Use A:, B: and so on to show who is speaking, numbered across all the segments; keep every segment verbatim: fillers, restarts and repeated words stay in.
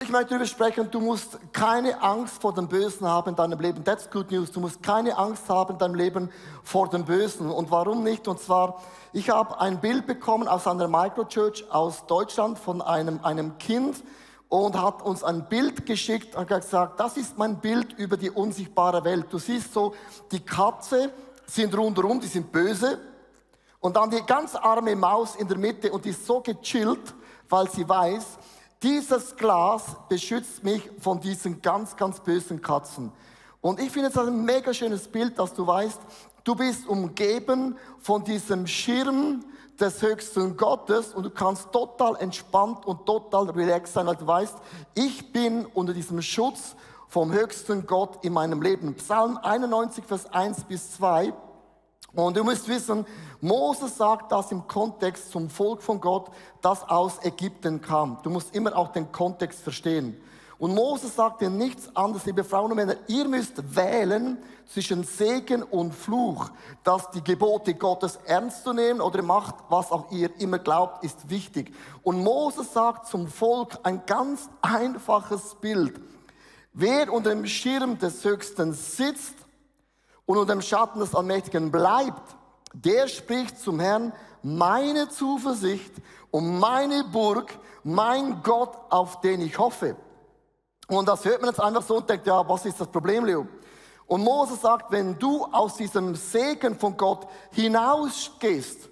A: ich möchte darüber sprechen, du musst keine Angst vor dem Bösen haben in deinem Leben. That's good news. Du musst keine Angst haben in deinem Leben vor dem Bösen. Und warum nicht? Und zwar, ich habe ein Bild bekommen aus einer Microchurch aus Deutschland von einem, einem Kind und hat uns ein Bild geschickt und hat gesagt, das ist mein Bild über die unsichtbare Welt. Du siehst so, die Katze sind rundherum, die sind böse. Und dann die ganz arme Maus in der Mitte und die ist so gechillt, weil sie weiß, dieses Glas beschützt mich von diesen ganz, ganz bösen Katzen. Und ich finde es ein mega schönes Bild, dass du weißt, du bist umgeben von diesem Schirm des höchsten Gottes und du kannst total entspannt und total relaxed sein, weil du weißt, ich bin unter diesem Schutz vom höchsten Gott in meinem Leben. Psalm einundneunzig, Vers eins bis zwei. Und du musst wissen, Moses sagt das im Kontext zum Volk von Gott, das aus Ägypten kam. Du musst immer auch den Kontext verstehen. Und Moses sagt dir nichts anderes, liebe Frauen und Männer, ihr müsst wählen zwischen Segen und Fluch, dass die Gebote Gottes ernst zu nehmen oder macht, was auch ihr immer glaubt, ist wichtig. Und Moses sagt zum Volk ein ganz einfaches Bild. Wer unter dem Schirm des Höchsten sitzt, und unter dem Schatten des Allmächtigen bleibt, der spricht zum Herrn, meine Zuversicht und meine Burg, mein Gott, auf den ich hoffe. Und das hört man jetzt einfach so und denkt, ja, was ist das Problem, Leo? Und Moses sagt, wenn du aus diesem Segen von Gott hinausgehst,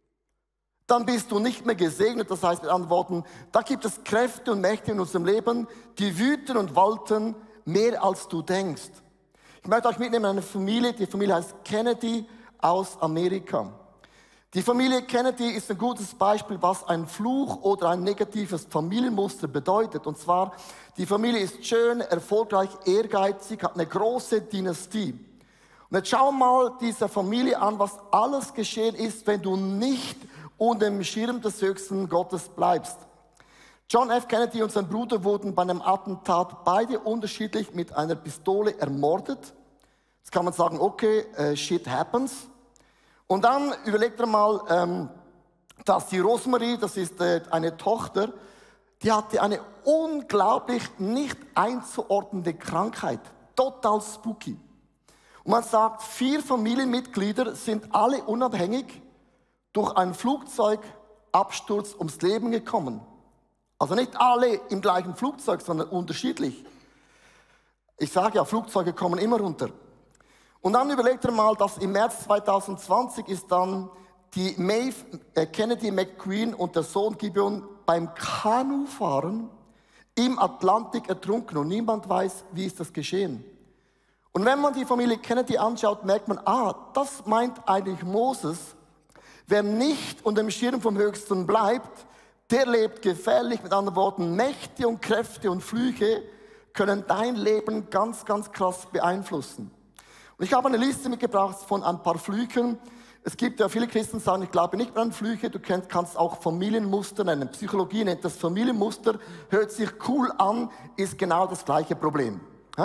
A: dann bist du nicht mehr gesegnet. Das heißt mit anderen Worten, da gibt es Kräfte und Mächte in unserem Leben, die wüten und walten mehr als du denkst. Ich möchte euch mitnehmen in eine Familie, die Familie heißt Kennedy aus Amerika. Die Familie Kennedy ist ein gutes Beispiel, was ein Fluch oder ein negatives Familienmuster bedeutet. Und zwar, die Familie ist schön, erfolgreich, ehrgeizig, hat eine große Dynastie. Und jetzt schau mal diese Familie an, was alles geschehen ist, wenn du nicht unter dem Schirm des höchsten Gottes bleibst. John F. Kennedy und sein Bruder wurden bei einem Attentat beide unterschiedlich mit einer Pistole ermordet. Jetzt kann man sagen, okay, uh, shit happens. Und dann überlegt er mal, ähm, dass die Rosemarie, das ist äh, eine Tochter, die hatte eine unglaublich nicht einzuordnende Krankheit. Total spooky. Und man sagt, vier Familienmitglieder sind alle unabhängig durch einen Flugzeugabsturz ums Leben gekommen. Also nicht alle im gleichen Flugzeug, sondern unterschiedlich. Ich sage ja, Flugzeuge kommen immer runter. Und dann überlegt er mal, dass im März zweitausendzwanzig ist dann die Maeve äh, Kennedy McQueen und der Sohn Gibeon beim Kanufahren im Atlantik ertrunken und niemand weiß, wie ist das geschehen. Und wenn man die Familie Kennedy anschaut, merkt man, ah, das meint eigentlich Moses. Wer nicht unter dem Schirm vom Höchsten bleibt, der lebt gefährlich. Mit anderen Worten, Mächte und Kräfte und Flüche können dein Leben ganz, ganz krass beeinflussen. Und ich habe eine Liste mitgebracht von ein paar Flüchen. Es gibt ja viele Christen, die sagen, ich glaube nicht mehr an Flüche. Du kannst auch Familienmuster nennen. Psychologie nennt das Familienmuster. Hört sich cool an, ist genau das gleiche Problem.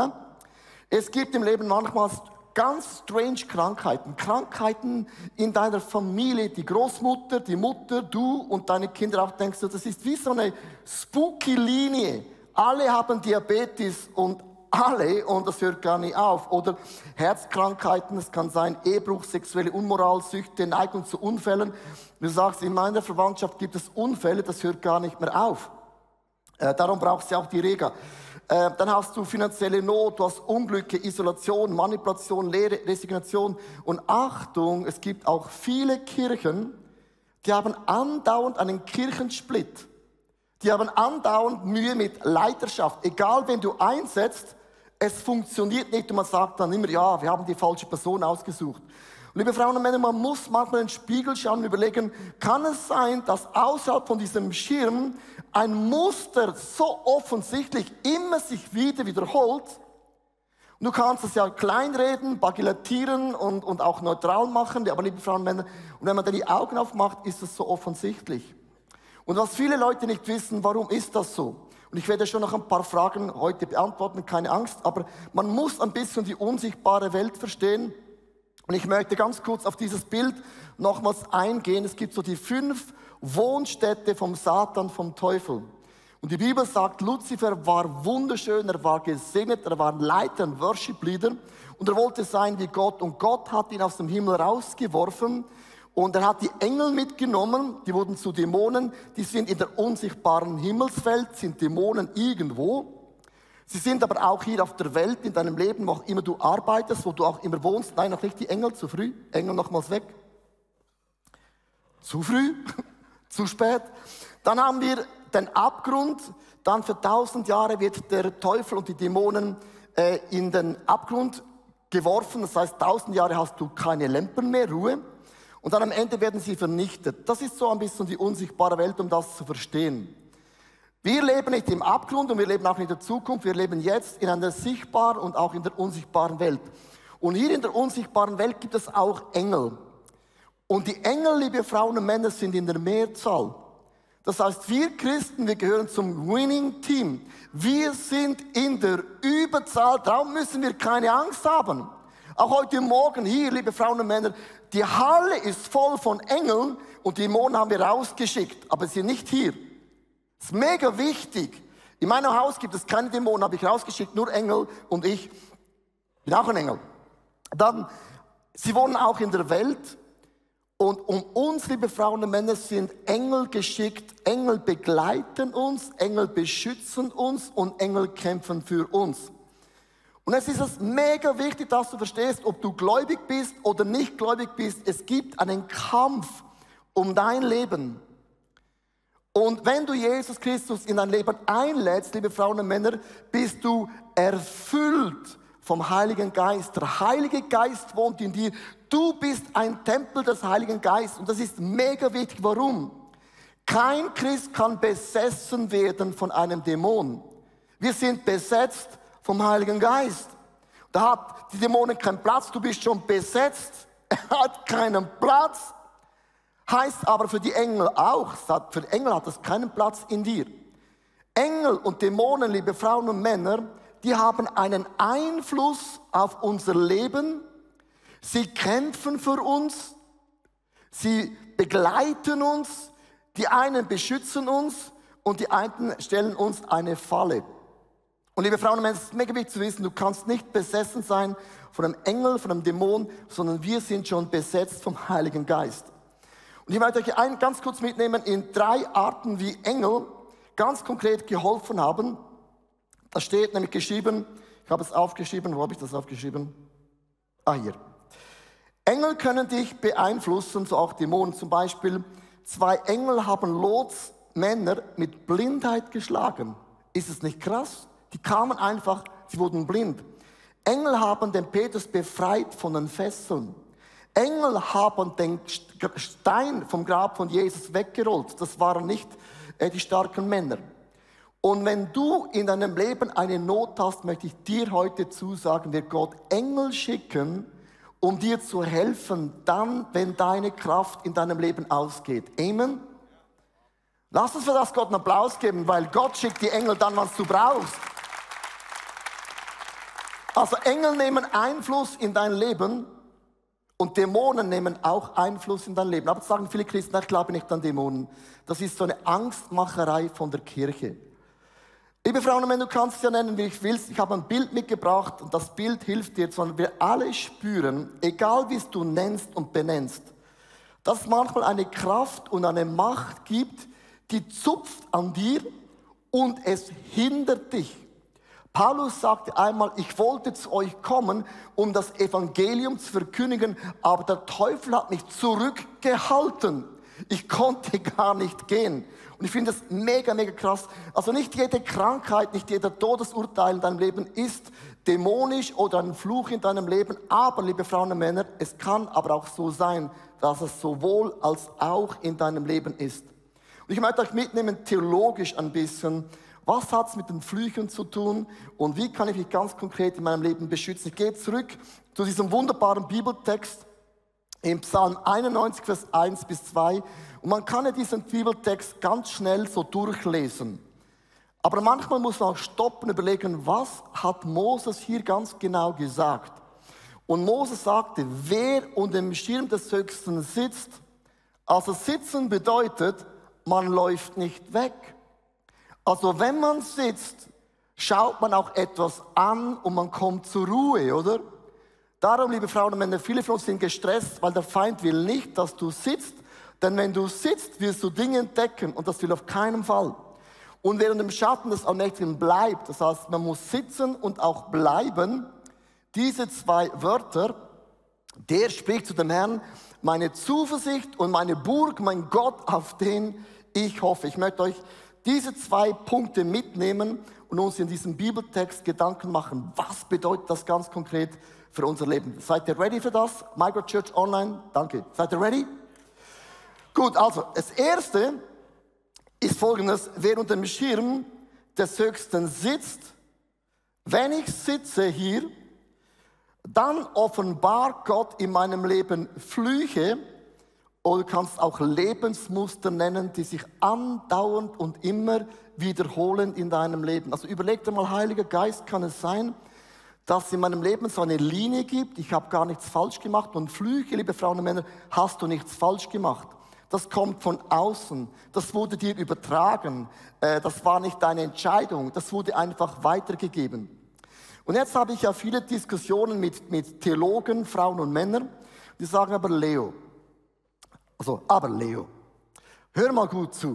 A: Es gibt im Leben manchmal ganz strange Krankheiten. Krankheiten in deiner Familie, die Großmutter, die Mutter, du und deine Kinder auch denkst du, das ist wie so eine spooky Linie. Alle haben Diabetes und alle, und das hört gar nicht auf. Oder Herzkrankheiten, es kann sein Ehebruch, sexuelle Unmoral, Süchte, Neigung zu Unfällen. Du sagst, in meiner Verwandtschaft gibt es Unfälle, das hört gar nicht mehr auf. Äh, darum brauchst du auch die Rega. Äh, dann hast du finanzielle Not, du hast Unglücke, Isolation, Manipulation, Lehre, Resignation. Und Achtung, es gibt auch viele Kirchen, die haben andauernd einen Kirchensplit. Die haben andauernd Mühe mit Leiterschaft. Egal, wen du einsetzt, es funktioniert nicht. Und man sagt dann immer, ja, wir haben die falsche Person ausgesucht. Und liebe Frauen und Männer, man muss manchmal in den Spiegel schauen und überlegen, kann es sein, dass außerhalb von diesem Schirm ein Muster so offensichtlich immer sich wieder wiederholt? Und du kannst es ja kleinreden, bagatellisieren und, und auch neutral machen, aber liebe Frauen und Männer, und wenn man dann die Augen aufmacht, ist es so offensichtlich. Und was viele Leute nicht wissen, warum ist das so? Und ich werde schon noch ein paar Fragen heute beantworten, keine Angst, aber man muss ein bisschen die unsichtbare Welt verstehen. Und ich möchte ganz kurz auf dieses Bild nochmals eingehen. Es gibt so die fünf Wohnstätte vom Satan, vom Teufel. Und die Bibel sagt, Luzifer war wunderschön, er war gesegnet, er war ein Leiter, ein Worship-Leader und er wollte sein wie Gott. Und Gott hat ihn aus dem Himmel rausgeworfen und er hat die Engel mitgenommen, die wurden zu Dämonen, die sind in der unsichtbaren Himmelswelt, sind Dämonen irgendwo. Sie sind aber auch hier auf der Welt, in deinem Leben, wo auch immer du arbeitest, wo du auch immer wohnst. Nein, noch nicht die Engel, zu früh. Engel nochmals weg. Zu früh, zu spät. Dann haben wir den Abgrund, dann für tausend Jahre wird der Teufel und die Dämonen äh, in den Abgrund geworfen. Das heißt, tausend Jahre hast du keine Lampen mehr, Ruhe. Und dann am Ende werden sie vernichtet. Das ist so ein bisschen die unsichtbare Welt, um das zu verstehen. Wir leben nicht im Abgrund und wir leben auch nicht in der Zukunft. Wir leben jetzt in einer sichtbaren und auch in der unsichtbaren Welt. Und hier in der unsichtbaren Welt gibt es auch Engel. Und die Engel, liebe Frauen und Männer, sind in der Mehrzahl. Das heißt, wir Christen, wir gehören zum Winning Team. Wir sind in der Überzahl, darum müssen wir keine Angst haben. Auch heute Morgen hier, liebe Frauen und Männer, die Halle ist voll von Engeln und die Dämonen haben wir rausgeschickt, aber sie sind nicht hier. Das ist mega wichtig. In meinem Haus gibt es keine Dämonen, habe ich rausgeschickt, nur Engel und ich bin auch ein Engel. Dann, sie wohnen auch in der Welt. Und um uns, liebe Frauen und Männer, sind Engel geschickt. Engel begleiten uns, Engel beschützen uns und Engel kämpfen für uns. Und es ist es mega wichtig, dass du verstehst, ob du gläubig bist oder nicht gläubig bist. Es gibt einen Kampf um dein Leben. Und wenn du Jesus Christus in dein Leben einlädst, liebe Frauen und Männer, bist du erfüllt vom Heiligen Geist. Der Heilige Geist wohnt in dir. Du bist ein Tempel des Heiligen Geistes. Und das ist mega wichtig. Warum? Kein Christ kann besessen werden von einem Dämon. Wir sind besetzt vom Heiligen Geist. Da hat die Dämonen keinen Platz. Du bist schon besetzt. Er hat keinen Platz. Heißt aber für die Engel auch. Für Engel hat es keinen Platz in dir. Engel und Dämonen, liebe Frauen und Männer, die haben einen Einfluss auf unser Leben. Sie kämpfen für uns. Sie begleiten uns. Die einen beschützen uns und die einen stellen uns eine Falle. Und liebe Frauen und Männer, es ist mega wichtig zu wissen, du kannst nicht besessen sein von einem Engel, von einem Dämon, sondern wir sind schon besetzt vom Heiligen Geist. Und ich möchte euch ein, ganz kurz mitnehmen in drei Arten, wie Engel ganz konkret geholfen haben. Da steht nämlich geschrieben, ich habe es aufgeschrieben, wo habe ich das aufgeschrieben? Ah, hier. Engel können dich beeinflussen, so auch Dämonen zum Beispiel. Zwei Engel haben Lots Männer mit Blindheit geschlagen. Ist es nicht krass? Die kamen einfach, sie wurden blind. Engel haben den Petrus befreit von den Fesseln. Engel haben den Stein vom Grab von Jesus weggerollt. Das waren nicht äh, die starken Männer. Und wenn du in deinem Leben eine Not hast, möchte ich dir heute zusagen, wird Gott Engel schicken, um dir zu helfen, dann, wenn deine Kraft in deinem Leben ausgeht. Amen? Lass uns für das Gott einen Applaus geben, weil Gott schickt die Engel dann, was du brauchst. Also Engel nehmen Einfluss in dein Leben und Dämonen nehmen auch Einfluss in dein Leben. Aber das sagen viele Christen, ich glaube nicht an Dämonen. Das ist so eine Angstmacherei von der Kirche. Liebe Frauen und Männer, du kannst es ja nennen, wie ich willst. Ich habe ein Bild mitgebracht und das Bild hilft dir, sondern wir alle spüren, egal wie es du nennst und benennst, dass es manchmal eine Kraft und eine Macht gibt, die zupft an dir und es hindert dich. Paulus sagte einmal, ich wollte zu euch kommen, um das Evangelium zu verkündigen, aber der Teufel hat mich zurückgehalten. Ich konnte gar nicht gehen. Und ich finde das mega, mega krass. Also nicht jede Krankheit, nicht jeder Todesurteil in deinem Leben ist dämonisch oder ein Fluch in deinem Leben. Aber, liebe Frauen und Männer, es kann aber auch so sein, dass es sowohl als auch in deinem Leben ist. Und ich möchte euch mitnehmen, theologisch ein bisschen. Was hat es mit den Flüchen zu tun und wie kann ich mich ganz konkret in meinem Leben beschützen? Ich gehe zurück zu diesem wunderbaren Bibeltext im Psalm einundneunzig, Vers eins bis zwei. Und man kann ja diesen Bibeltext ganz schnell so durchlesen. Aber manchmal muss man auch stoppen und überlegen, was hat Moses hier ganz genau gesagt? Und Moses sagte, wer unter dem Schirm des Höchsten sitzt, also sitzen bedeutet, man läuft nicht weg. Also wenn man sitzt, schaut man auch etwas an und man kommt zur Ruhe, oder? Darum, liebe Frauen und Männer, viele von uns sind gestresst, weil der Feind will nicht, dass du sitzt. Denn wenn du sitzt, wirst du Dinge entdecken und das will auf keinen Fall. Und während dem Schatten des Allmächtigen bleibt, das heißt, man muss sitzen und auch bleiben, diese zwei Wörter, der spricht zu dem Herrn, meine Zuversicht und meine Burg, mein Gott, auf den ich hoffe. Ich möchte euch diese zwei Punkte mitnehmen und uns in diesem Bibeltext Gedanken machen. Was bedeutet das ganz konkret für unser Leben? Seid ihr ready für das? MyGodChurch Online, danke. Seid ihr ready? Gut, also das Erste ist Folgendes. Wer unter dem Schirm des Höchsten sitzt, wenn ich sitze hier, dann offenbart Gott in meinem Leben Flüche, oder du kannst auch Lebensmuster nennen, die sich andauernd und immer wiederholen in deinem Leben. Also überleg dir mal, Heiliger Geist, kann es sein, dass es in meinem Leben so eine Linie gibt, ich habe gar nichts falsch gemacht, und Flüche, liebe Frauen und Männer, hast du nichts falsch gemacht. Das kommt von außen, das wurde dir übertragen, das war nicht deine Entscheidung, das wurde einfach weitergegeben. Und jetzt habe ich ja viele Diskussionen mit, mit Theologen, Frauen und Männern, die sagen aber Leo, also aber Leo, hör mal gut zu.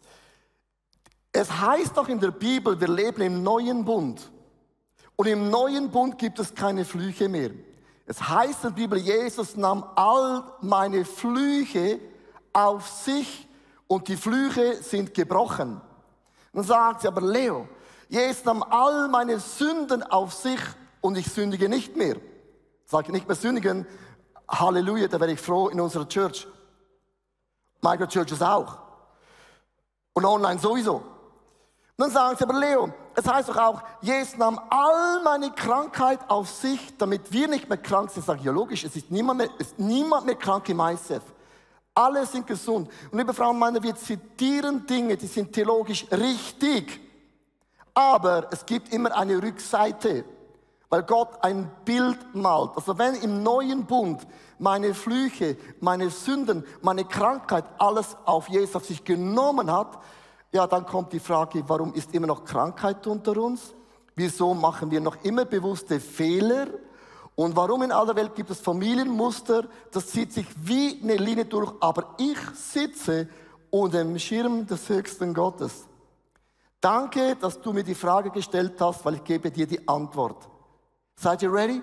A: Es heißt doch in der Bibel, wir leben im neuen Bund. Und im neuen Bund gibt es keine Flüche mehr. Es heißt in der Bibel, Jesus nahm all meine Flüche auf sich und die Flüche sind gebrochen. Dann sagt sie, aber Leo, Jesus nahm all meine Sünden auf sich und ich sündige nicht mehr. Sage ich nicht mehr sündigen, Halleluja, da wäre ich froh in unserer Church. MyGodChurch auch. Und online sowieso. Und dann sagen sie, aber Leo, es heißt doch auch, Jesus nahm all meine Krankheit auf sich, damit wir nicht mehr krank sind. Ich sage, ja logisch, es ist niemand mehr, ist niemand mehr krank im I C F. Alle sind gesund. Und liebe Frauen und Männer, wir zitieren Dinge, die sind theologisch richtig. Aber es gibt immer eine Rückseite, weil Gott ein Bild malt. Also wenn im neuen Bund meine Flüche, meine Sünden, meine Krankheit, alles auf Jesus auf sich genommen hat, ja, dann kommt die Frage, warum ist immer noch Krankheit unter uns? Wieso machen wir noch immer bewusste Fehler? Und warum in aller Welt gibt es Familienmuster? Das zieht sich wie eine Linie durch. Aber ich sitze unter dem Schirm des höchsten Gottes. Danke, dass du mir die Frage gestellt hast, weil ich gebe dir die Antwort. Seid ihr ready?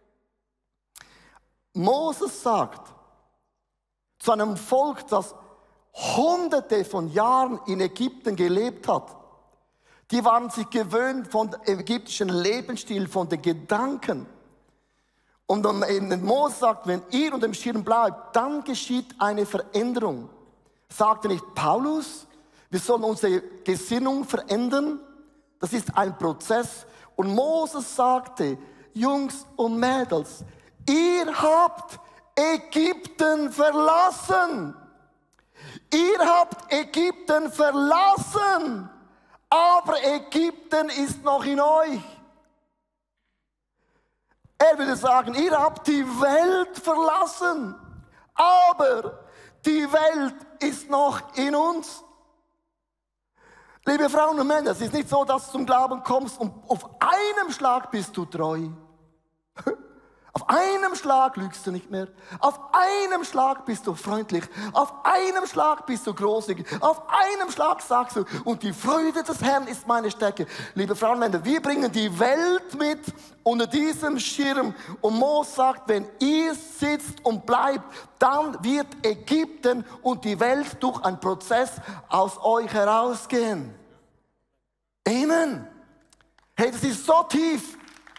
A: Moses sagt zu einem Volk, das hunderte von Jahren in Ägypten gelebt hat. Die waren sich gewöhnt von dem ägyptischen Lebensstil, von den Gedanken. Und Moses sagt, wenn ihr unter dem Schirm bleibt, dann geschieht eine Veränderung. Sagte nicht Paulus, wir sollen unsere Gesinnung verändern? Das ist ein Prozess. Und Moses sagte, Jungs und Mädels, ihr habt Ägypten verlassen. Ihr habt Ägypten verlassen, aber Ägypten ist noch in euch. Er würde sagen, ihr habt die Welt verlassen, aber die Welt ist noch in uns. Liebe Frauen und Männer, es ist nicht so, dass du zum Glauben kommst und auf einem Schlag bist du treu. Auf einem Schlag lügst du nicht mehr. Auf einem Schlag bist du freundlich. Auf einem Schlag bist du großzügig. Auf einem Schlag sagst du, und die Freude des Herrn ist meine Stärke. Liebe Frauen und Männer, wir bringen die Welt mit unter diesem Schirm. Und Mose sagt, wenn ihr sitzt und bleibt, dann wird Ägypten und die Welt durch einen Prozess aus euch herausgehen. Amen. Hey, das ist so tief.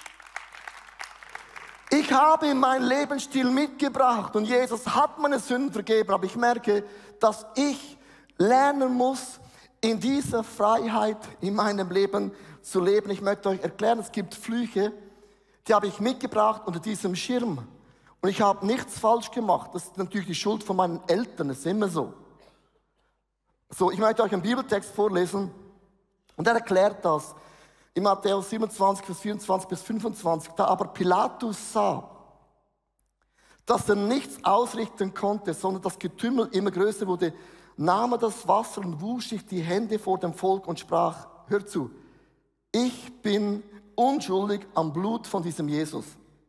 A: Ich habe ihm meinen Lebensstil mitgebracht und Jesus hat meine Sünden vergeben, aber ich merke, dass ich lernen muss, in dieser Freiheit in meinem Leben zu leben. Ich möchte euch erklären, es gibt Flüche, die habe ich mitgebracht unter diesem Schirm. Und ich habe nichts falsch gemacht. Das ist natürlich die Schuld von meinen Eltern, das ist immer so. So, ich möchte euch einen Bibeltext vorlesen und er erklärt das. In Matthäus siebenundzwanzig, Vers vierundzwanzig bis fünfundzwanzig, da aber Pilatus sah, dass er nichts ausrichten konnte, sondern das Getümmel immer größer wurde, nahm er das Wasser und wusch sich die Hände vor dem Volk und sprach, hör zu, ich bin unschuldig am Blut von diesem Jesus.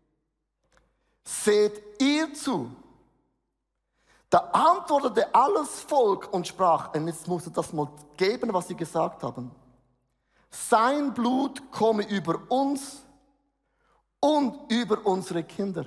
A: Seht ihr zu. Da antwortete alles Volk und sprach, und jetzt muss er das mal geben, was sie gesagt haben. Sein Blut komme über uns und über unsere Kinder.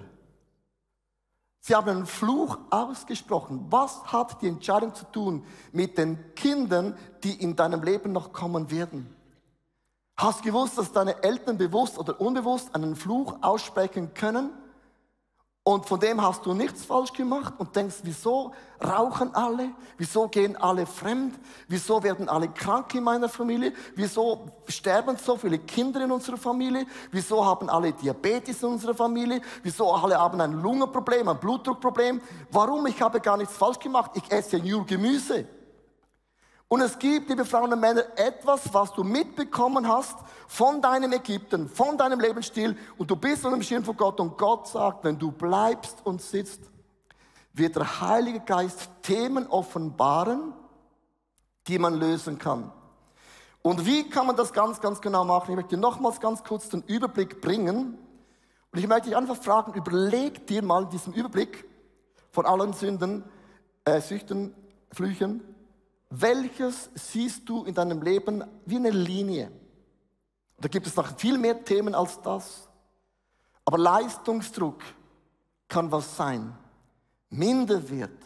A: Sie haben einen Fluch ausgesprochen. Was hat die Entscheidung zu tun mit den Kindern, die in deinem Leben noch kommen werden? Hast du gewusst, dass deine Eltern bewusst oder unbewusst einen Fluch aussprechen können? Und von dem hast du nichts falsch gemacht und denkst, wieso rauchen alle? Wieso gehen alle fremd? Wieso werden alle krank in meiner Familie? Wieso sterben so viele Kinder in unserer Familie? Wieso haben alle Diabetes in unserer Familie? Wieso alle haben ein Lungenproblem, ein Blutdruckproblem? Warum? Ich habe gar nichts falsch gemacht. Ich esse nur Gemüse. Und es gibt, liebe Frauen und Männer, etwas, was du mitbekommen hast von deinem Ägypten, von deinem Lebensstil und du bist unter dem Schirm von Gott und Gott sagt, wenn du bleibst und sitzt, wird der Heilige Geist Themen offenbaren, die man lösen kann. Und wie kann man das ganz, ganz genau machen? Ich möchte nochmals ganz kurz den Überblick bringen und ich möchte dich einfach fragen, überleg dir mal diesen Überblick von allen Sünden, äh, Süchten, Flüchen, welches siehst du in deinem Leben wie eine Linie? Da gibt es noch viel mehr Themen als das. Aber Leistungsdruck kann was sein. Minderwert.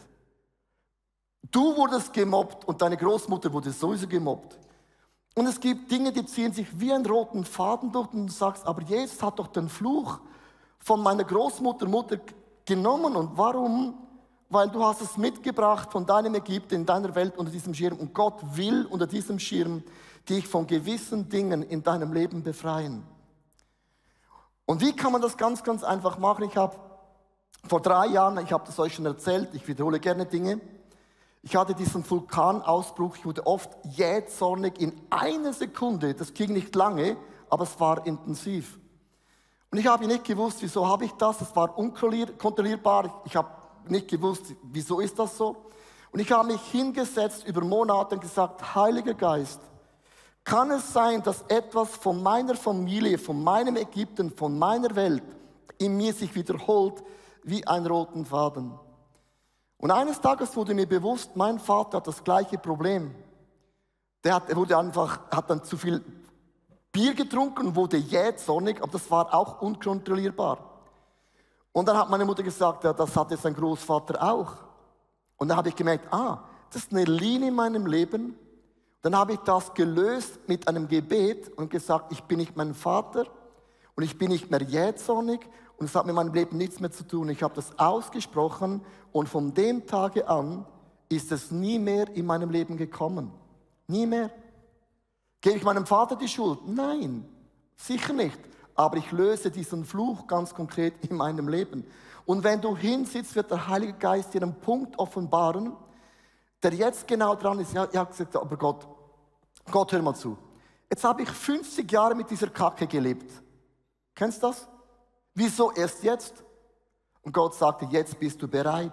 A: Du wurdest gemobbt und deine Großmutter wurde sowieso gemobbt. Und es gibt Dinge, die ziehen sich wie einen roten Faden durch und du sagst, aber Jesus hat doch den Fluch von meiner Großmutter, Mutter genommen. Und warum? Weil du hast es mitgebracht von deinem Ägypten in deiner Welt unter diesem Schirm. Und Gott will unter diesem Schirm dich von gewissen Dingen in deinem Leben befreien. Und wie kann man das ganz, ganz einfach machen? Ich habe vor drei Jahren, ich habe das euch schon erzählt, ich wiederhole gerne Dinge. Ich hatte diesen Vulkanausbruch, ich wurde oft jähzornig in einer Sekunde. Das ging nicht lange, aber es war intensiv. Und ich habe nicht gewusst, wieso habe ich das? Es war unkontrollierbar. Ich habe nicht gewusst, wieso ist das so? Und ich habe mich hingesetzt über Monate und gesagt, Heiliger Geist, kann es sein, dass etwas von meiner Familie, von meinem Ägypten, von meiner Welt in mir sich wiederholt wie ein roten Faden? Und eines Tages wurde mir bewusst, mein Vater hat das gleiche Problem. Der hat, er wurde einfach, hat dann zu viel Bier getrunken und wurde jähzornig, aber das war auch unkontrollierbar. Und dann hat meine Mutter gesagt, ja, das hatte sein Großvater auch. Und dann habe ich gemerkt, ah, das ist eine Linie in meinem Leben. Dann habe ich das gelöst mit einem Gebet und gesagt, ich bin nicht mein Vater und ich bin nicht mehr jähzornig und es hat mit meinem Leben nichts mehr zu tun. Ich habe das ausgesprochen und von dem Tage an ist es nie mehr in meinem Leben gekommen. Nie mehr. Gebe ich meinem Vater die Schuld? Nein, sicher nicht. Aber ich löse diesen Fluch ganz konkret in meinem Leben. Und wenn du hinsitzt, wird der Heilige Geist dir einen Punkt offenbaren, der jetzt genau dran ist. Ja, ich habe gesagt, aber Gott, Gott, hör mal zu. Jetzt habe ich fünfzig Jahre mit dieser Kacke gelebt. Kennst du das? Wieso erst jetzt? Und Gott sagte, jetzt bist du bereit.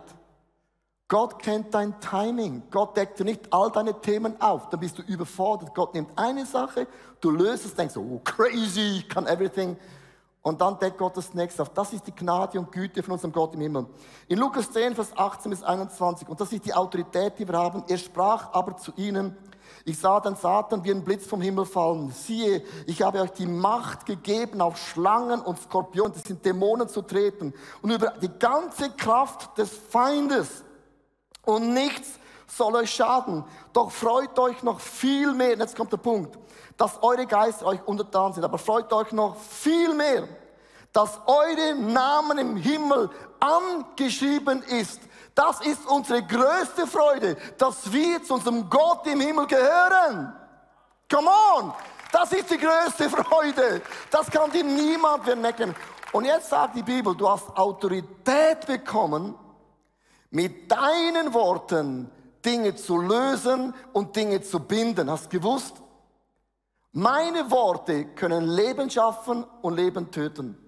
A: Gott kennt dein Timing. Gott deckt dir nicht all deine Themen auf. Dann bist du überfordert. Gott nimmt eine Sache, du löst es, denkst, oh crazy, ich kann everything. Und dann deckt Gott das nächste auf. Das ist die Gnade und Güte von unserem Gott im Himmel. In Lukas zehn, Vers achtzehn bis einundzwanzig, und das ist die Autorität, die wir haben. Er sprach aber zu ihnen, ich sah den Satan wie ein Blitz vom Himmel fallen. Siehe, ich habe euch die Macht gegeben, auf Schlangen und Skorpionen, das sind Dämonen, zu treten. Und über die ganze Kraft des Feindes. Und nichts soll euch schaden. Doch freut euch noch viel mehr, und jetzt kommt der Punkt, dass eure Geister euch untertan sind. Aber freut euch noch viel mehr, dass eure Namen im Himmel angeschrieben ist. Das ist unsere größte Freude, dass wir zu unserem Gott im Himmel gehören. Come on! Das ist die größte Freude. Das kann dir niemand vernecken. Und jetzt sagt die Bibel, du hast Autorität bekommen, mit deinen Worten Dinge zu lösen und Dinge zu binden. Hast du gewusst? Meine Worte können Leben schaffen und Leben töten.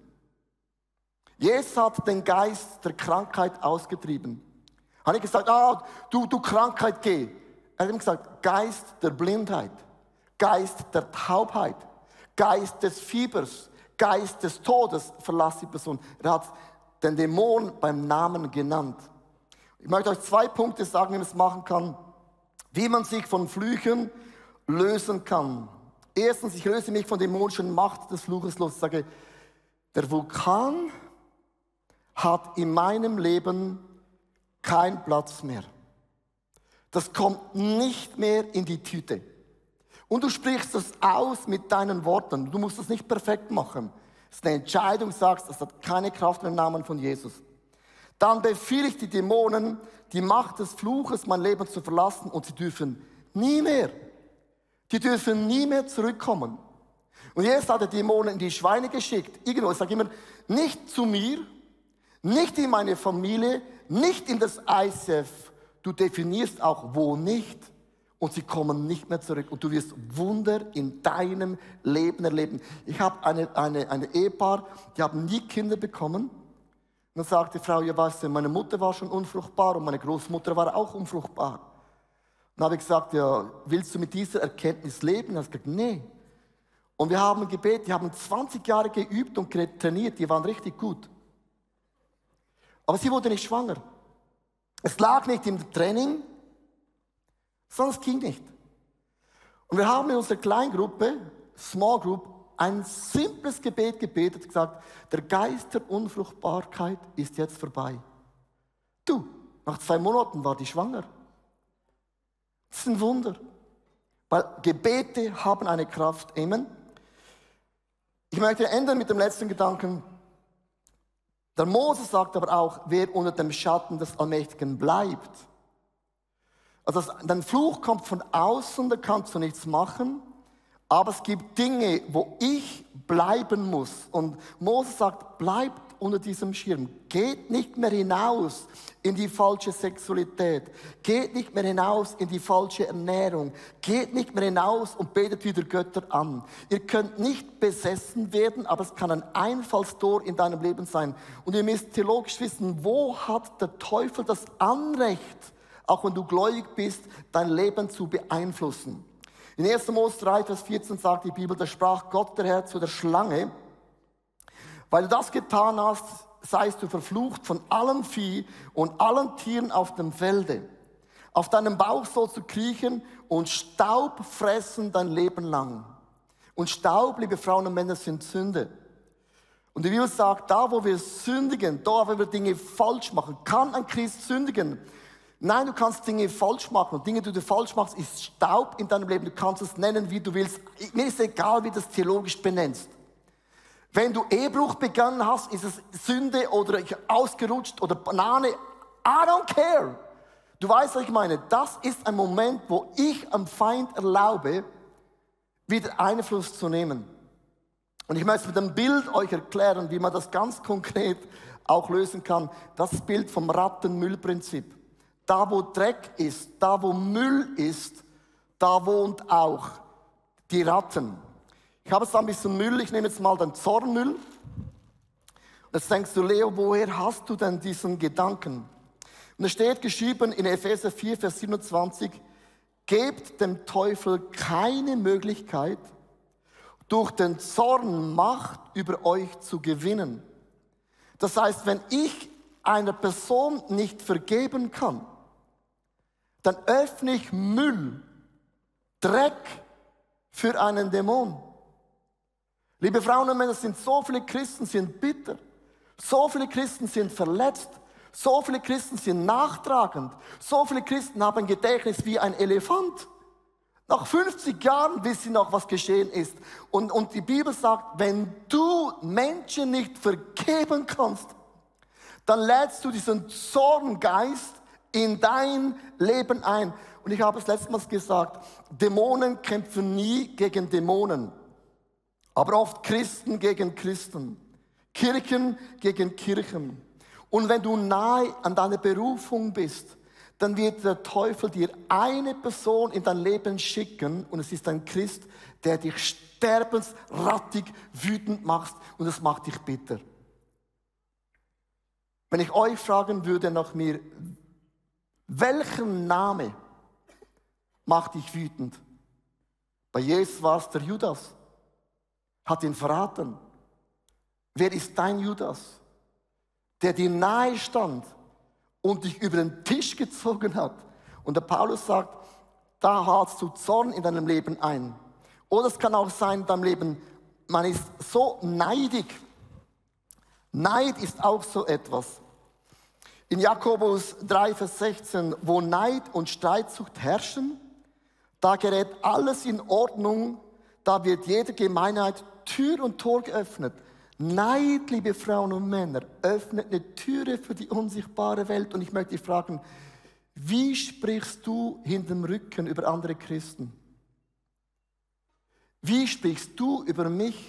A: Jesus hat den Geist der Krankheit ausgetrieben. Hat nicht gesagt, ah, du, du Krankheit, geh. Er hat ihm gesagt, Geist der Blindheit, Geist der Taubheit, Geist des Fiebers, Geist des Todes, verlass die Person. Er hat den Dämon beim Namen genannt. Ich möchte euch zwei Punkte sagen, wie man es machen kann, wie man sich von Flüchen lösen kann. Erstens, ich löse mich von der dämonischen Macht des Fluches los. Ich sage, der Vulkan hat in meinem Leben keinen Platz mehr. Das kommt nicht mehr in die Tüte. Und du sprichst das aus mit deinen Worten. Du musst das nicht perfekt machen. Es ist eine Entscheidung, sagst, das hat keine Kraft mehr im Namen von Jesus. Dann befehle ich die Dämonen, die Macht des Fluches, mein Leben zu verlassen, und sie dürfen nie mehr, die dürfen nie mehr zurückkommen. Und jetzt hat er Dämonen in die Schweine geschickt. Irgendwo, ich sage immer, nicht zu mir, nicht in meine Familie, nicht in das I C F. Du definierst auch, wo nicht. Und sie kommen nicht mehr zurück. Und du wirst Wunder in deinem Leben erleben. Ich habe eine, eine, eine Ehepaar, die haben nie Kinder bekommen. Und dann sagte die Frau, ja weißt du, meine Mutter war schon unfruchtbar und meine Großmutter war auch unfruchtbar. Und dann habe ich gesagt, ja, willst du mit dieser Erkenntnis leben? Und er hat gesagt, nee. Und wir haben gebetet, die haben zwanzig Jahre geübt und trainiert, die waren richtig gut. Aber sie wurde nicht schwanger. Es lag nicht im Training, sondern es ging nicht. Und wir haben in unserer Kleingruppe, Small Group, ein simples Gebet gebetet und gesagt, der Geist der Unfruchtbarkeit ist jetzt vorbei. Du, nach zwei Monaten war die schwanger. Das ist ein Wunder. Weil Gebete haben eine Kraft. Amen. Ich möchte enden mit dem letzten Gedanken. Der Mose sagt aber auch, wer unter dem Schatten des Allmächtigen bleibt. Also dein Fluch kommt von außen, da kannst du nichts machen. Aber es gibt Dinge, wo ich bleiben muss. Und Mose sagt, bleibt unter diesem Schirm. Geht nicht mehr hinaus in die falsche Sexualität. Geht nicht mehr hinaus in die falsche Ernährung. Geht nicht mehr hinaus und betet wieder Götter an. Ihr könnt nicht besessen werden, aber es kann ein Einfallstor in deinem Leben sein. Und ihr müsst theologisch wissen, wo hat der Teufel das Anrecht, auch wenn du gläubig bist, dein Leben zu beeinflussen. In erster Mose drei, Vers vierzehn sagt die Bibel, da sprach Gott der Herr zu der Schlange, weil du das getan hast, seist du verflucht von allem Vieh und allen Tieren auf dem Felde. Auf deinem Bauch sollst du kriechen und Staub fressen dein Leben lang. Und Staub, liebe Frauen und Männer, sind Sünde. Und die Bibel sagt, da wo wir sündigen, da wo wir Dinge falsch machen, kann ein Christ sündigen. Nein, du kannst Dinge falsch machen. Und Dinge, die du falsch machst, ist Staub in deinem Leben. Du kannst es nennen, wie du willst. Mir ist egal, wie du das theologisch benennst. Wenn du Ehebruch begangen hast, ist es Sünde oder ausgerutscht oder Banane. I don't care. Du weißt, was ich meine. Das ist ein Moment, wo ich am Feind erlaube, wieder Einfluss zu nehmen. Und ich möchte mit einem Bild euch erklären, wie man das ganz konkret auch lösen kann. Das Bild vom Rattenmüllprinzip. Da, wo Dreck ist, da, wo Müll ist, da wohnt auch die Ratten. Ich habe jetzt ein bisschen Müll, ich nehme jetzt mal den Zornmüll. Jetzt denkst du, Leo, woher hast du denn diesen Gedanken? Und es steht geschrieben in Epheser vier, Vers siebenundzwanzig, gebt dem Teufel keine Möglichkeit, durch den Zorn Macht über euch zu gewinnen. Das heißt, wenn ich einer Person nicht vergeben kann, dann öffne ich Müll, Dreck für einen Dämon. Liebe Frauen und Männer, es sind so viele Christen, sind bitter. So viele Christen sind verletzt. So viele Christen sind nachtragend. So viele Christen haben ein Gedächtnis wie ein Elefant. Nach fünfzig Jahren wissen sie noch, was geschehen ist. Und, und die Bibel sagt, wenn du Menschen nicht vergeben kannst, dann lädst du diesen Zorngeist in dein Leben ein. Und ich habe es letztes Mal gesagt, Dämonen kämpfen nie gegen Dämonen, aber oft Christen gegen Christen, Kirchen gegen Kirchen. Und wenn du nahe an deiner Berufung bist, dann wird der Teufel dir eine Person in dein Leben schicken und es ist ein Christ, der dich sterbensrattig wütend macht und es macht dich bitter. Wenn ich euch fragen würde nach mir, welchen Name macht dich wütend. Bei Jesus war es der Judas, hat ihn verraten. Wer ist dein Judas, der dir nahe stand und dich über den Tisch gezogen hat? Und der Paulus sagt, da hast du Zorn in deinem Leben ein. Oder es kann auch sein in deinem Leben, man ist so neidig. Neid ist auch so etwas. In Jakobus drei, Vers sechzehn, wo Neid und Streitsucht herrschen, da gerät alles in Ordnung, da wird jeder Gemeinheit Tür und Tor geöffnet. Neid, liebe Frauen und Männer, öffnet eine Türe für die unsichtbare Welt. Und ich möchte dich fragen, wie sprichst du hinterm Rücken über andere Christen? Wie sprichst du über mich,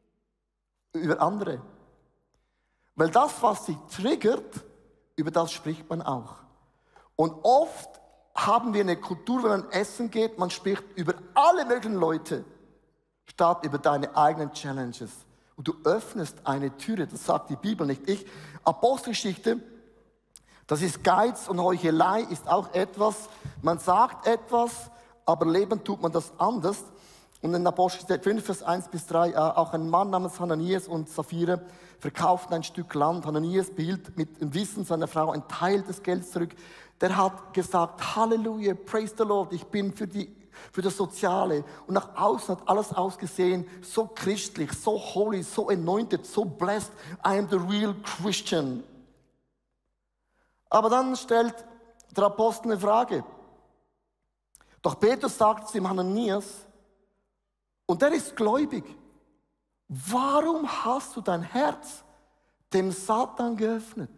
A: über andere? Weil das, was sie triggert, über das spricht man auch. Und oft haben wir eine Kultur, wenn man essen geht, man spricht über alle möglichen Leute, statt über deine eigenen Challenges. Und du öffnest eine Türe, das sagt die Bibel, nicht ich. Apostelgeschichte, das ist Geiz und Heuchelei, ist auch etwas, man sagt etwas, aber leben tut man das anders. Und in Apostelgeschichte fünf, Vers eins bis drei, auch ein Mann namens Hananias und Sapphira verkauften ein Stück Land. Hananias behielt mit dem Wissen seiner Frau einen Teil des Geldes zurück. Der hat gesagt, Halleluja, praise the Lord, ich bin für, die, für das Soziale. Und nach außen hat alles ausgesehen, so christlich, so holy, so anointed, so blessed. I am the real Christian. Aber dann stellt der Apostel eine Frage. Doch Petrus sagt zu dem Hananias, und der ist gläubig, warum hast du dein Herz dem Satan geöffnet?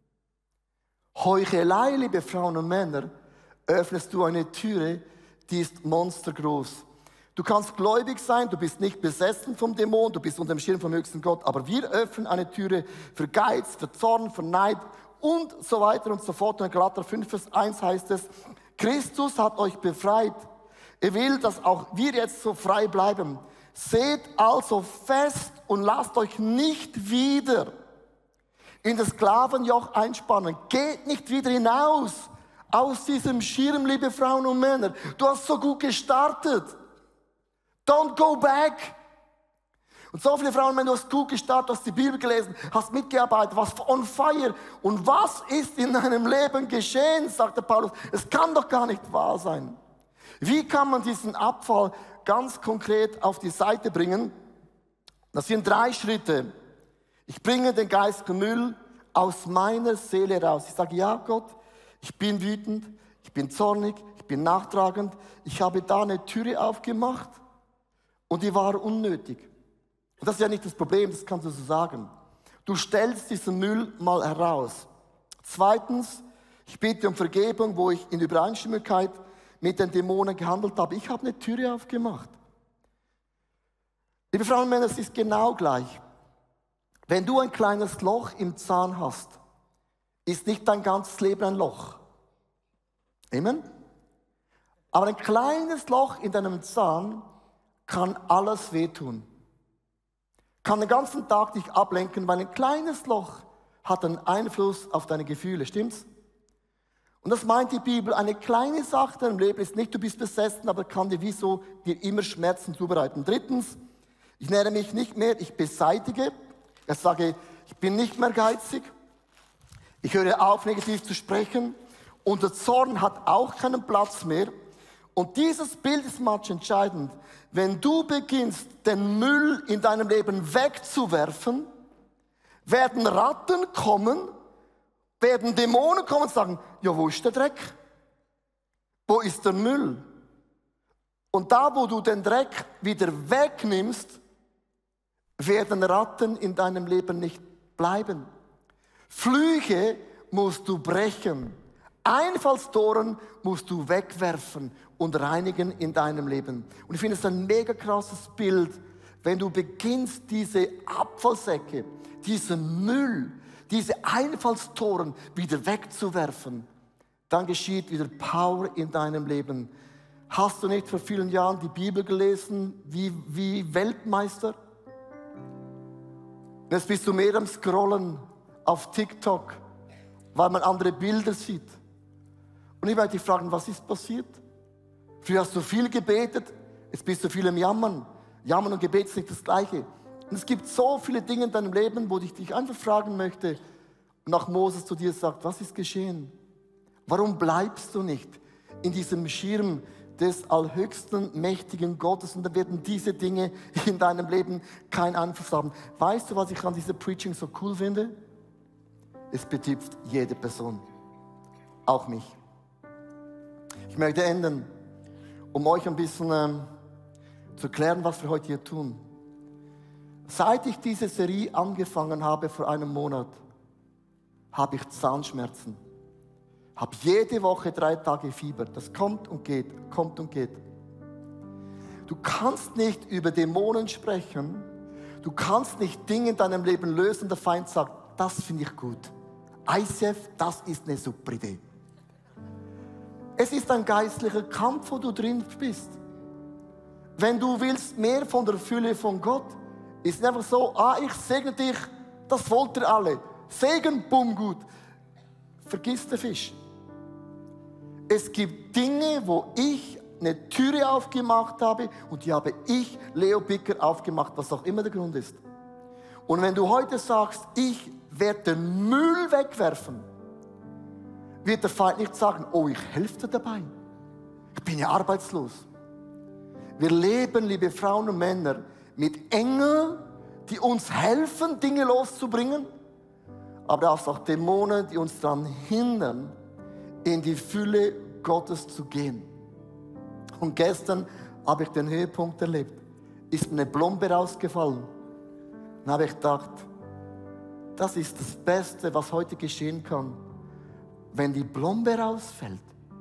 A: Heuchelei, liebe Frauen und Männer, öffnest du eine Türe, die ist monstergroß. Du kannst gläubig sein, du bist nicht besessen vom Dämon, du bist unter dem Schirm vom höchsten Gott, aber wir öffnen eine Türe für Geiz, für Zorn, für Neid und so weiter und so fort. Und in Galater fünf, Vers eins heißt es, Christus hat euch befreit. Er will, dass auch wir jetzt so frei bleiben. Seht also fest und lasst euch nicht wieder in das Sklavenjoch einspannen. Geht nicht wieder hinaus aus diesem Schirm, liebe Frauen und Männer. Du hast so gut gestartet. Don't go back. Und so viele Frauen und Männer, du hast gut gestartet, du hast die Bibel gelesen, hast mitgearbeitet, warst on fire. Und was ist in deinem Leben geschehen, sagte Paulus. Es kann doch gar nicht wahr sein. Wie kann man diesen Abfall ganz konkret auf die Seite bringen? Das sind drei Schritte. Ich bringe den geistigen Müll aus meiner Seele raus. Ich sage, ja Gott, ich bin wütend, ich bin zornig, ich bin nachtragend. Ich habe da eine Türe aufgemacht und die war unnötig. Und das ist ja nicht das Problem, das kannst du so sagen. Du stellst diesen Müll mal heraus. Zweitens, ich bitte um Vergebung, wo ich in Übereinstimmigkeit mit den Dämonen gehandelt habe. Ich habe eine Türe aufgemacht. Liebe Frauen und Männer, es ist genau gleich. Wenn du ein kleines Loch im Zahn hast, ist nicht dein ganzes Leben ein Loch. Amen? Aber ein kleines Loch in deinem Zahn kann alles wehtun. Kann den ganzen Tag dich ablenken, weil ein kleines Loch hat einen Einfluss auf deine Gefühle. Stimmt's? Und das meint die Bibel, eine kleine Sache in deinem Leben ist nicht, du bist besessen, aber kann dir wie so dir immer Schmerzen zubereiten. Drittens, ich nähere mich nicht mehr, ich beseitige. Ich sage, ich bin nicht mehr geizig. Ich höre auf, negativ zu sprechen. Und der Zorn hat auch keinen Platz mehr. Und dieses Bild ist manchmal entscheidend. Wenn du beginnst, den Müll in deinem Leben wegzuwerfen, werden Ratten kommen, werden Dämonen kommen und sagen, ja, wo ist der Dreck? Wo ist der Müll? Und da, wo du den Dreck wieder wegnimmst, werden Ratten in deinem Leben nicht bleiben. Flüche musst du brechen. Einfallstoren musst du wegwerfen und reinigen in deinem Leben. Und ich finde es ein mega krasses Bild, wenn du beginnst, diese Abfallsäcke, diesen Müll, diese Einfallstoren wieder wegzuwerfen, dann geschieht wieder Power in deinem Leben. Hast du nicht vor vielen Jahren die Bibel gelesen wie, wie Weltmeister? Jetzt bist du mehr am Scrollen auf TikTok, weil man andere Bilder sieht. Und ich möchte dich fragen, was ist passiert? Früher hast du viel gebetet, jetzt bist du viel im Jammern. Jammern und Gebet ist nicht das Gleiche. Und es gibt so viele Dinge in deinem Leben, wo ich dich einfach fragen möchte, nach Moses zu dir sagt, was ist geschehen? Warum bleibst du nicht in diesem Schirm des allhöchsten, mächtigen Gottes? Und dann werden diese Dinge in deinem Leben keinen Einfluss haben. Weißt du, was ich an dieser Preaching so cool finde? Es betrifft jede Person, auch mich. Ich möchte enden, um euch ein bisschen ähm, zu erklären, was wir heute hier tun. Seit ich diese Serie angefangen habe vor einem Monat, habe ich Zahnschmerzen. Habe jede Woche drei Tage Fieber. Das kommt und geht, kommt und geht. Du kannst nicht über Dämonen sprechen. Du kannst nicht Dinge in deinem Leben lösen. Der Feind sagt, das finde ich gut. I C F, das ist eine super Idee. Es ist ein geistlicher Kampf, wo du drin bist. Wenn du willst mehr von der Fülle von Gott, ist es einfach so, ah, ich segne dich, das wollt ihr alle. Segen, bumm, gut. Vergiss den Fisch. Es gibt Dinge, wo ich eine Türe aufgemacht habe und die habe ich, Leo Bicker, aufgemacht, was auch immer der Grund ist. Und wenn du heute sagst, ich werde den Müll wegwerfen, wird der Feind nicht sagen, oh, ich helfe dir dabei. Ich bin ja arbeitslos. Wir leben, liebe Frauen und Männer, mit Engeln, die uns helfen, Dinge loszubringen, aber auch Dämonen, die uns daran hindern, in die Fülle Gottes zu gehen. Und gestern habe ich den Höhepunkt erlebt. Ist mir eine Blombe rausgefallen. Dann habe ich gedacht, das ist das Beste, was heute geschehen kann. Wenn die Blombe rausfällt,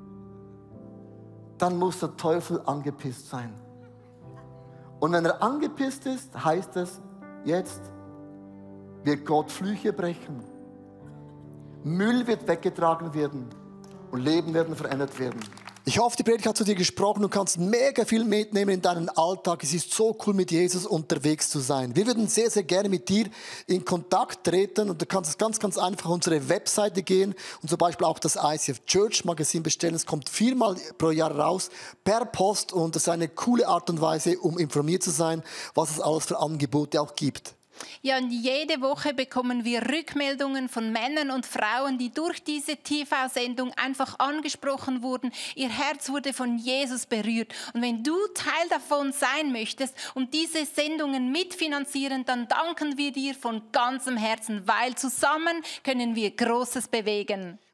A: dann muss der Teufel angepisst sein. Und wenn er angepisst ist, heißt es, jetzt wird Gott Flüche brechen. Müll wird weggetragen werden und Leben werden verändert werden. Ich hoffe, die Predigt hat zu dir gesprochen. Du kannst mega viel mitnehmen in deinen Alltag. Es ist so cool, mit Jesus unterwegs zu sein. Wir würden sehr, sehr gerne mit dir in Kontakt treten. Und du kannst ganz, ganz einfach auf unsere Webseite gehen und zum Beispiel auch das I C F Church Magazin bestellen. Es kommt viermal pro Jahr raus, per Post. Und das ist eine coole Art und Weise, um informiert zu sein, was es alles für Angebote auch gibt.
B: Ja, und jede Woche bekommen wir Rückmeldungen von Männern und Frauen, die durch diese T V-Sendung einfach angesprochen wurden. Ihr Herz wurde von Jesus berührt. Und wenn du Teil davon sein möchtest und diese Sendungen mitfinanzieren, dann danken wir dir von ganzem Herzen, weil zusammen können wir Großes bewegen.